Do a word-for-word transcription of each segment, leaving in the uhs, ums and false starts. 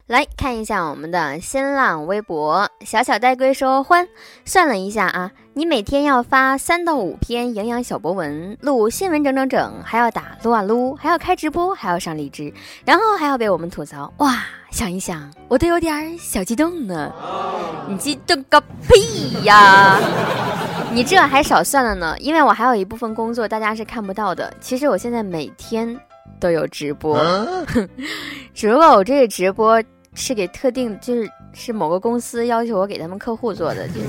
来看一下我们的新浪微博，小小呆龟说，欢，算了一下啊，你每天要发三到五篇营养小博文，录新闻整整整，还要打撸啊撸，还要开直播，还要上荔枝，然后还要被我们吐槽，哇，想一想我都有点小激动呢。你激动个屁呀！你这还少算了呢，因为我还有一部分工作大家是看不到的。其实我现在每天都有直播，只不过我这个直播是给特定，就是是某个公司要求我给他们客户做的，就是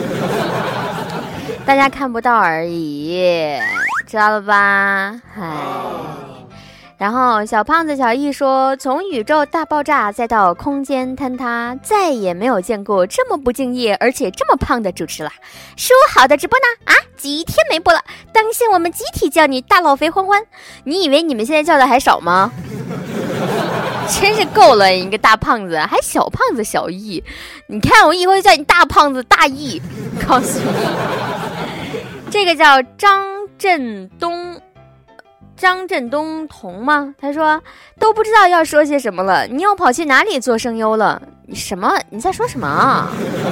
大家看不到而已，知道了吧？唉。然后小胖子小易说，从宇宙大爆炸再到空间坍塌，再也没有见过这么不敬业而且这么胖的主持了。说好的直播呢？啊，几天没播了，当心我们集体叫你大老肥欢欢。你以为你们现在叫的还少吗？真是够了，一个大胖子还小胖子小易，你看我以后就叫你大胖子大易。告诉你，这个叫张振东。张振东同吗？他说都不知道要说些什么了，你又跑去哪里做声优了？你什么？你在说什么啊？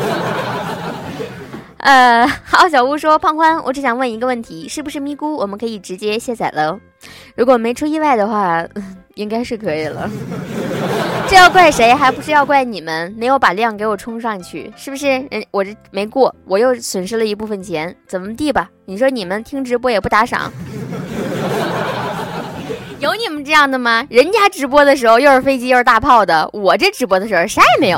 呃，好，小屋说，胖欢，我只想问一个问题，是不是咪咕我们可以直接卸载了？如果没出意外的话，应该是可以了。这要怪谁？还不是要怪你们没有把量给我冲上去，是不是？人我这没过，我又损失了一部分钱，怎么地吧？你说你们听直播也不打赏。有你们这样的吗？人家直播的时候又是飞机又是大炮的，我这直播的时候啥也没有。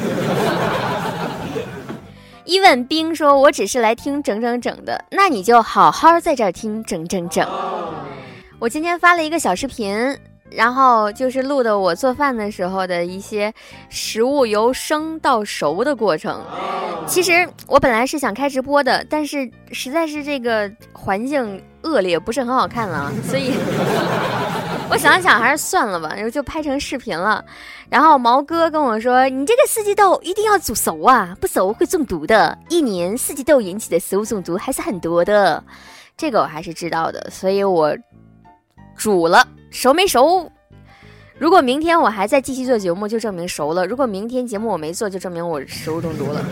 伊问冰说，我只是来听整整整的，那你就好好在这儿听整整整。我今天发了一个小视频，然后就是录的我做饭的时候的一些食物由生到熟的过程。其实我本来是想开直播的，但是实在是这个环境恶劣，不是很好看了，所以我想想还是算了吧，然后就拍成视频了。然后毛哥跟我说，你这个四季豆一定要煮熟啊，不熟会中毒的，一年四季豆引起的食物中毒还是很多的，这个我还是知道的，所以我煮了，熟没熟，如果明天我还在继续做节目，就证明熟了；如果明天节目我没做，就证明我食物中毒了。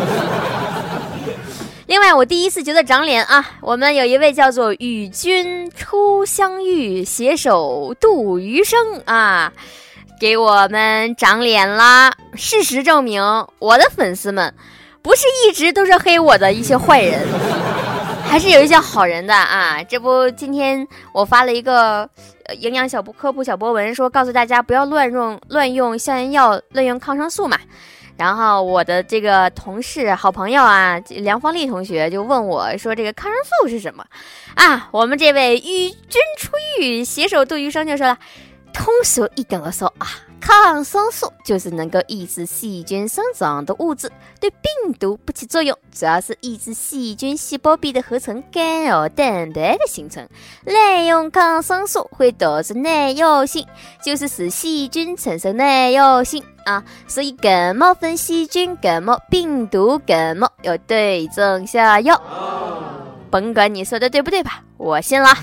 另外，我第一次觉得长脸啊！我们有一位叫做与君初相遇，携手度余生啊，给我们长脸啦！事实证明，我的粉丝们不是一直都是黑我的一些坏人。还是有一些好人的啊！这不，今天我发了一个营养小科普小博文，说告诉大家不要乱用乱用消炎药、乱用抗生素嘛。然后我的这个同事、好朋友啊，梁芳丽同学就问我说：“这个抗生素是什么？”啊，我们这位与君初遇，携手度余生就说了，通俗易懂的说啊。抗生素就是能够抑制细菌生长的物质，对病毒不起作用，主要是抑制细菌细胞壁的合成，干扰蛋白的形成。滥用抗生素会导致耐药性，就是使细菌产生耐药性啊。所以感冒分细菌感冒、病毒感冒要对症下药。甭管你说的对不对吧，我信了。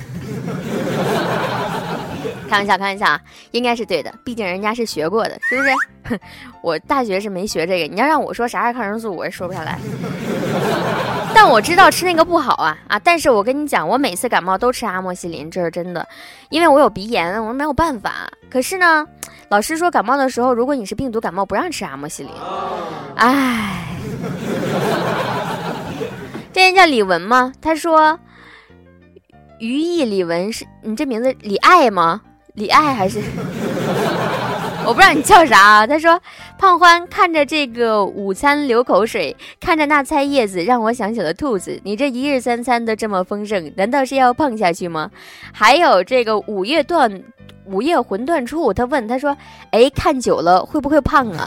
开玩笑，开玩笑啊，应该是对的，毕竟人家是学过的，是不是？我大学是没学这个，你要让我说啥是抗生素，我也说不下来。但我知道吃那个不好啊啊！但是我跟你讲，我每次感冒都吃阿莫西林，这是真的，因为我有鼻炎，我没有办法。可是呢，老师说感冒的时候，如果你是病毒感冒，不让吃阿莫西林。唉，这人叫李文吗？他说，于毅李文是你这名字李爱吗？李爱还是我不知道你叫啥啊。他说胖欢看着这个午餐流口水，看着那菜叶子让我想起了兔子，你这一日三餐都这么丰盛，难道是要胖下去吗？还有这个午夜断午夜魂断处，他问他说哎，看久了会不会胖啊？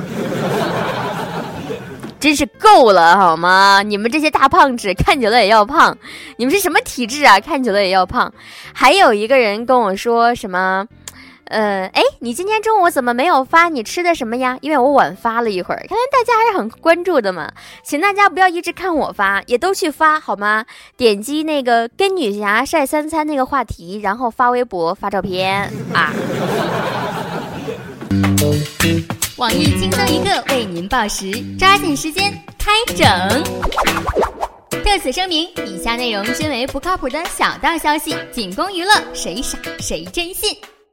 真是够了好吗？你们这些大胖子看久了也要胖，你们是什么体质啊？看久了也要胖。还有一个人跟我说什么呃，哎，你今天中午怎么没有发你吃的什么呀？因为我晚发了一会儿，看来大家还是很关注的嘛。请大家不要一直看我发，也都去发好吗？点击那个跟女侠晒三餐那个话题，然后发微博发照片啊。 网易轻松一刻为您报时，抓紧时间开整。特此声明，以下内容均为不靠谱的小道消息，仅供娱乐，谁傻谁真信。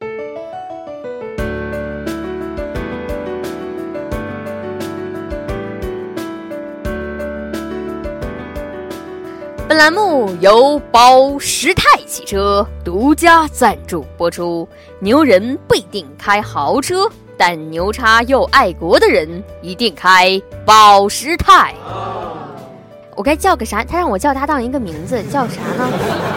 本栏目由保时泰汽车独家赞助播出。牛人不一定开豪车，但牛叉又爱国的人一定开保时泰。我该叫个啥？他让我叫他当一个名字，叫啥呢？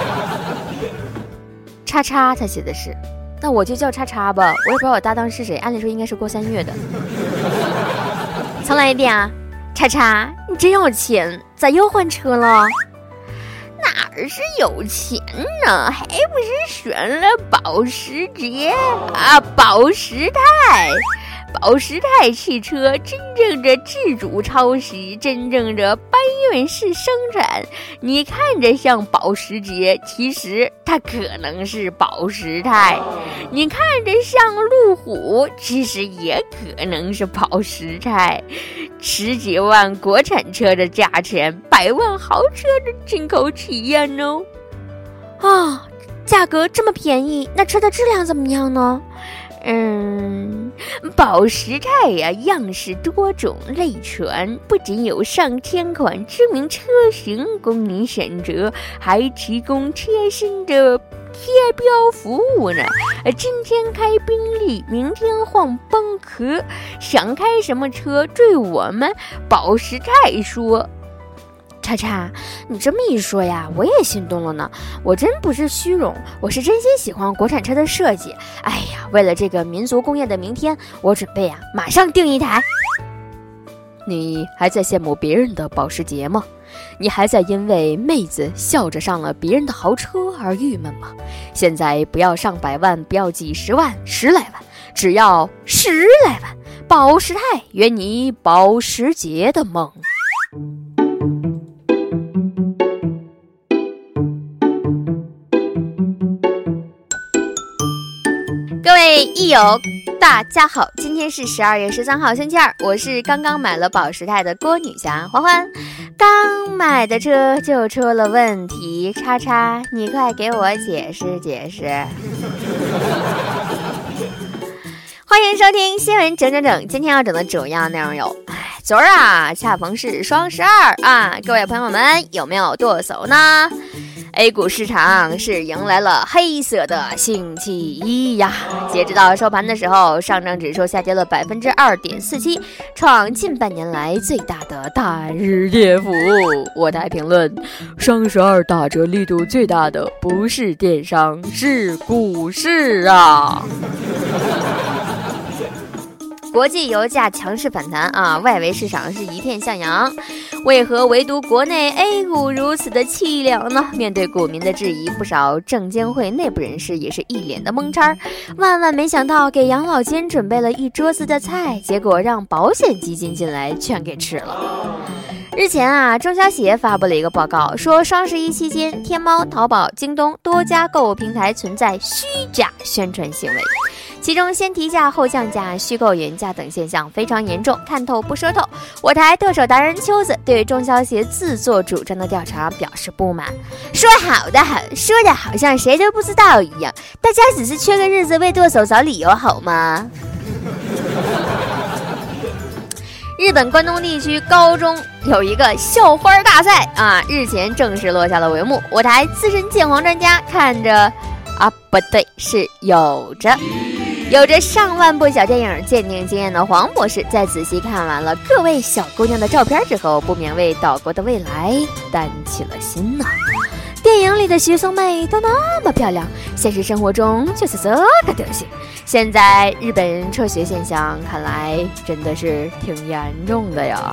叉叉，他写的是，那我就叫叉叉吧。我也不知道我搭档是谁，按理说应该是郭三月的。重来一遍啊，叉叉，你真有钱，咋又换车了？哪儿是有钱呢？还不是选了保时捷啊，保时泰。保时泰汽车真正的自主超时，真正的搬运式生产。你看着像保时捷，其实它可能是保时泰；你看着像路虎，其实也可能是保时泰。十几万国产车的价钱，百万豪车的进口体验呢？啊，价格这么便宜，那车的质量怎么样呢？嗯，保时泰呀、啊，样式多种，类传，不仅有上千款知名车型供你选择，还提供贴心的贴标服务呢。今天开宾利，明天换奔驰，想开什么车，对我们保时泰说。叉叉，你这么一说呀，我也心动了呢。我真不是虚荣，我是真心喜欢国产车的设计。哎呀，为了这个民族工业的明天，我准备啊马上订一台。你还在羡慕别人的保时捷吗？你还在因为妹子笑着上了别人的豪车而郁闷吗？现在不要上百万，不要几十万，十来万，只要十来万，保时泰圆你保时捷的梦。各位益友，大家好，今天是十二月十三号星期二，我是刚刚买了保时泰的郭女侠欢欢。刚买的车就出了问题，叉叉，你快给我解释解释。欢迎收听新闻整整整，今天要整的主要内容有，哎，昨儿啊，恰逢是双十二啊，各位朋友们有没有剁手呢？A 股市场是迎来了黑色的星期一呀！截止到收盘的时候，上证指数下跌了百分之二点四七，创近半年来最大的单日跌幅。我台评论：双十二打折力度最大的不是电商，是股市啊！国际油价强势反弹啊，外围市场是一片向阳，为何唯独国内 A 股如此的凄凉呢？面对股民的质疑，不少证监会内部人士也是一脸的懵叉，万万没想到给养老金准备了一桌子的菜，结果让保险基金进来全给吃了。日前啊，中消协发布了一个报告，说双十一期间，天猫、淘宝、京东多家购物平台存在虚假宣传行为。其中先提价后降价、虚构原价等现象非常严重，看透不说透。我台剁手达人秋子对中消协自作主张的调查表示不满，说好的很，说的好像谁都不知道一样，大家只是缺个日子为剁手找理由好吗？日本关东地区高中有一个校花大赛啊，日前正式落下了帷幕。我台资深鉴黄专家看着啊，不对，是有着有着上万部小电影鉴定经验的黄博士，在仔细看完了各位小姑娘的照片之后，不免为岛国的未来担起了心呐。电影里的学生妹都那么漂亮，现实生活中就是这个德行。现在日本辍学现象看来真的是挺严重的呀。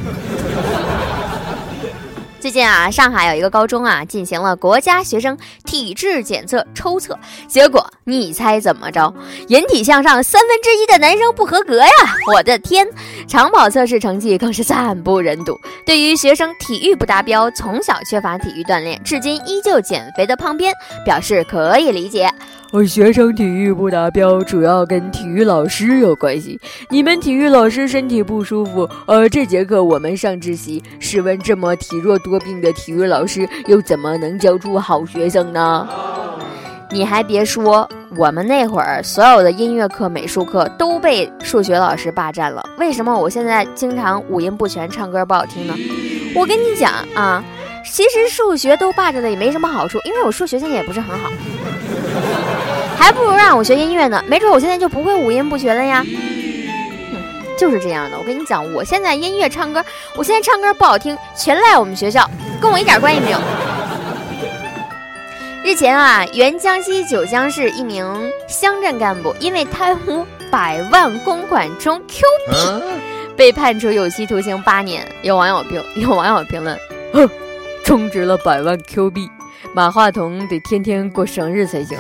最近啊，上海有一个高中啊进行了国家学生体质检测抽测，结果你猜怎么着？引体向上三分之一的男生不合格呀！我的天，长跑测试成绩更是惨不忍睹。对于学生体育不达标，从小缺乏体育锻炼，至今依旧减肥的胖编表示可以理解。 我学生体育不达标，主要跟体育老师有关系。你们体育老师身体不舒服，呃，这节课我们上自习。试问这么体弱多病的体育老师，又怎么能教出好学生呢？ 你还别说，我们那会儿所有的音乐课、美术课都被数学老师霸占了。为什么我现在经常五音不全，唱歌不好听呢？我跟你讲啊，其实数学都霸占的也没什么好处，因为我数学现在也不是很好，还不如让我学音乐呢，没准我现在就不会五音不全了呀。嗯，就是这样的。我跟你讲，我现在音乐唱歌，我现在唱歌不好听，全赖我们学校，跟我一点关系没有。日前啊，原江西九江市一名乡镇干部因为贪污百万公款中 Q 币，被判处有期徒刑八年。有网友评有网友评论，哼，充值了百万 Q 币，马化腾得天天过生日才行。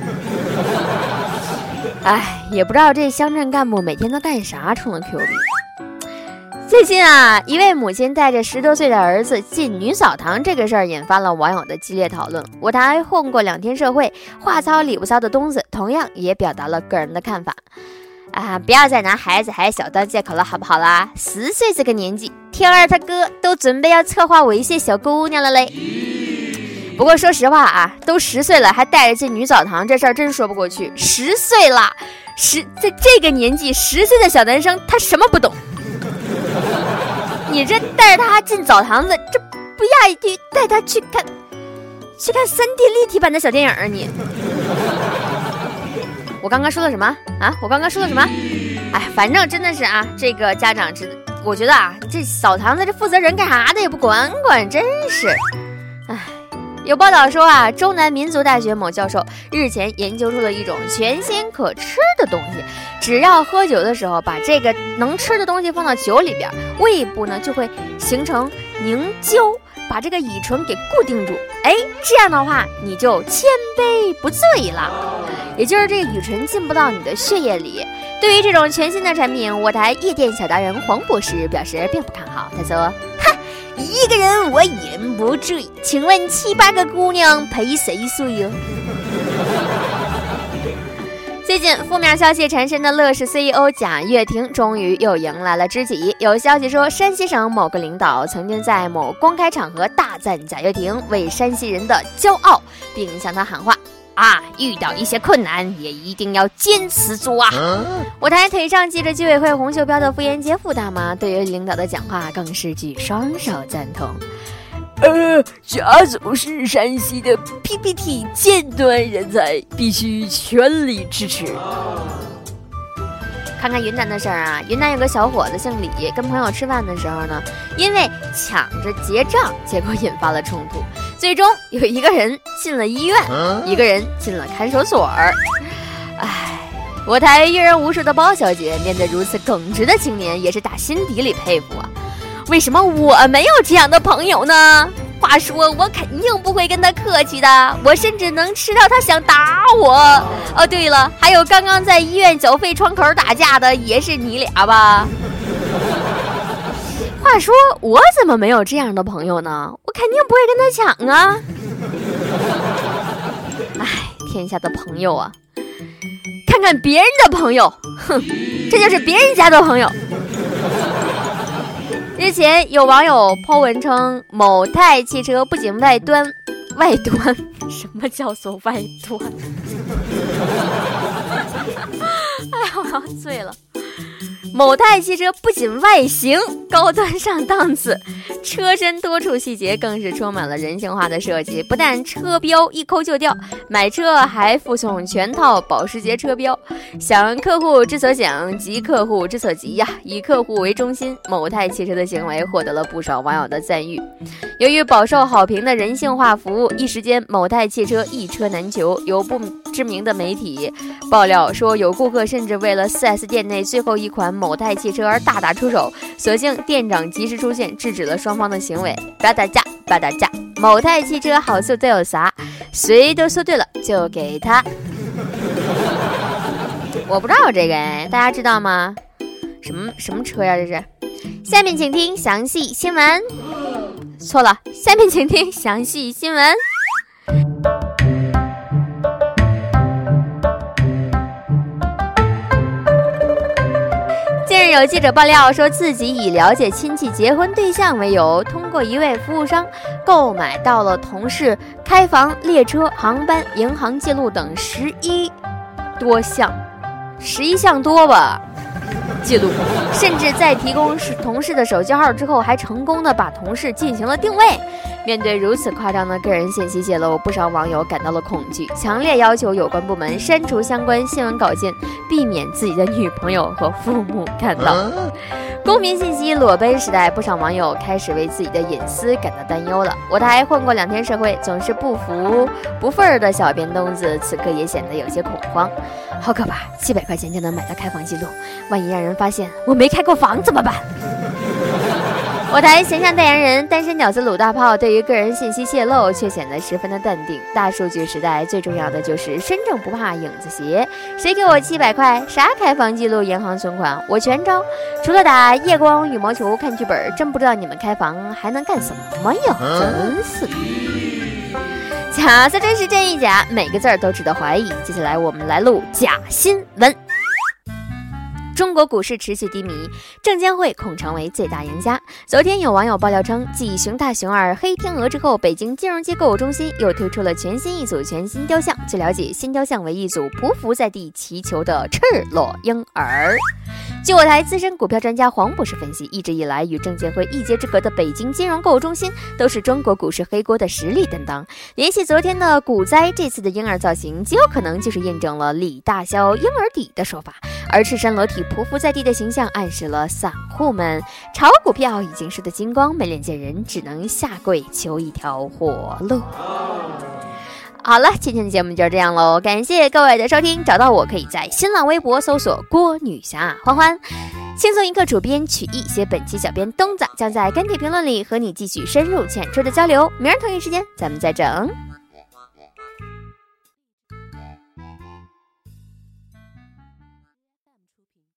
哎，也不知道这乡镇干部每天都干啥充了 Q 币。最近啊，一位母亲带着十多岁的儿子进女澡堂这个事儿引发了网友的激烈讨论。我台混过两天社会，话糙理不糙的东子同样也表达了个人的看法。啊，不要再拿孩子还小当借口了，好不好啦？十岁这个年纪，天儿他哥都准备要策划猥亵小姑娘了嘞。不过说实话啊，都十岁了还带着进女澡堂，这事儿真说不过去。十岁了，十在这个年纪，十岁的小男生他什么不懂？你这带着他进澡堂子，这不亚于带他去看去看三 D 立体版的小电影啊！你，我刚刚说了什么啊？我刚刚说了什么？哎，反正真的是啊，这个家长知，我觉得啊，这澡堂子这负责人干啥的也不管管，真是，哎。有报道说啊，中南民族大学某教授日前研究出了一种全新可吃的东西，只要喝酒的时候把这个能吃的东西放到酒里边，胃部呢就会形成凝胶，把这个乙醇给固定住。哎，这样的话你就千杯不醉了，也就是这个乙醇进不到你的血液里。对于这种全新的产品，我台夜店小达人黄博士表示并不看好。他说，哈，一个人我饮不醉，请问七八个姑娘陪谁睡哟？最近负面消息缠身的乐视 C E O 贾跃亭终于又迎来了知己。有消息说，山西省某个领导曾经在某公开场合大赞贾跃亭为山西人的骄傲，并向他喊话啊，遇到一些困难也一定要坚持住啊！我台腿上系着居委会红袖标的傅延杰傅大妈对于领导的讲话更是举双手赞同。呃，贾总是山西的 P P T 尖端人才，必须全力支持。看看云南的事儿啊，云南有个小伙子姓李，跟朋友吃饭的时候呢，因为抢着结账，结果引发了冲突，最终有一个人进了医院，一个人进了看守所。唉，我台阅人无数的包小姐面对如此耿直的青年，也是打心底里佩服啊。为什么我没有这样的朋友呢？话说我肯定不会跟他客气的，我甚至能吃到他想打我。哦，对了，还有刚刚在医院缴费窗口打架的也是你俩吧？话说我怎么没有这样的朋友呢？我肯定不会跟他抢啊。哎，天下的朋友啊，看看别人的朋友，哼，这就是别人家的朋友。日前有网友 po 文称，某泰汽车不仅外端外端什么叫做外端哎呀，我要醉了。某泰汽车不仅外形高端上档次，车身多处细节更是充满了人性化的设计。不但车标一抠就掉，买车还附送全套保时捷车标。想客户之所想，急客户之所急呀、啊！以客户为中心，某泰汽车的行为获得了不少网友的赞誉。由于饱受好评的人性化服务，一时间某泰汽车一车难求。有不知名的媒体爆料说，有顾客甚至为了 四 S 店内最后一款某泰汽车而大打出手，所幸店长及时出现，制止了双方的行为。不要打架，不要打架！某泰汽车好处都有啥？谁都说对了，就给他。我不知道这个哎，大家知道吗？什么什么车呀？这是？下面请听详细新闻。错了，下面请听详细新闻。 有记者爆料说，自己以了解亲戚结婚对象为由，通过一位服务商购买到了同事开房、列车、航班、银行记录等十一多项，十一项多吧记录，甚至在提供同事的手机号之后，还成功的把同事进行了定位。面对如此夸张的个人信息泄露，不少网友感到了恐惧，强烈要求有关部门删除相关新闻稿件，避免自己的女朋友和父母看到。公民信息裸奔时代，不少网友开始为自己的隐私感到担忧了。我台混过两天社会，总是不服不忿儿的小编东子，此刻也显得有些恐慌。好可怕，七百块钱就能买到开房记录，万一让人发现我没开过房怎么办？我台形象代言人单身屌丝鲁大炮对于个人信息泄露却显得十分的淡定。大数据时代最重要的就是身正不怕影子斜，谁给我七百块，啥开房记录、银行存款，我全招。除了打夜光、羽毛球、看剧本，真不知道你们开房还能干什么呀？真是的。假色真实真亦假，每个字儿都值得怀疑。接下来我们来录假新闻。中国股市持续低迷，证监会恐成为最大赢家。昨天有网友爆料称，继熊大、熊二、黑天鹅之后，北京金融街购物中心又推出了全新一组全新雕像。据了解，新雕像为一组匍匐在地祈求的赤裸婴儿。据我台资深股票专家黄博士分析，一直以来与证监会一街之隔的北京金融购物中心都是中国股市黑锅的实力担当。联系昨天的股灾，这次的婴儿造型极有可能就是验证了李大霄婴儿底的说法，而赤身裸体匍匐在地的形象暗示了散户们炒股票已经输得精光，没脸见人，只能下跪求一条活路。好了，今天的节目就是这样喽，感谢各位的收听。找到我可以在新浪微博搜索郭女侠欢欢，轻松一刻主编曲艺，写本期小编东子将在跟帖评论里和你继续深入浅出的交流。明儿同一时间咱们再整。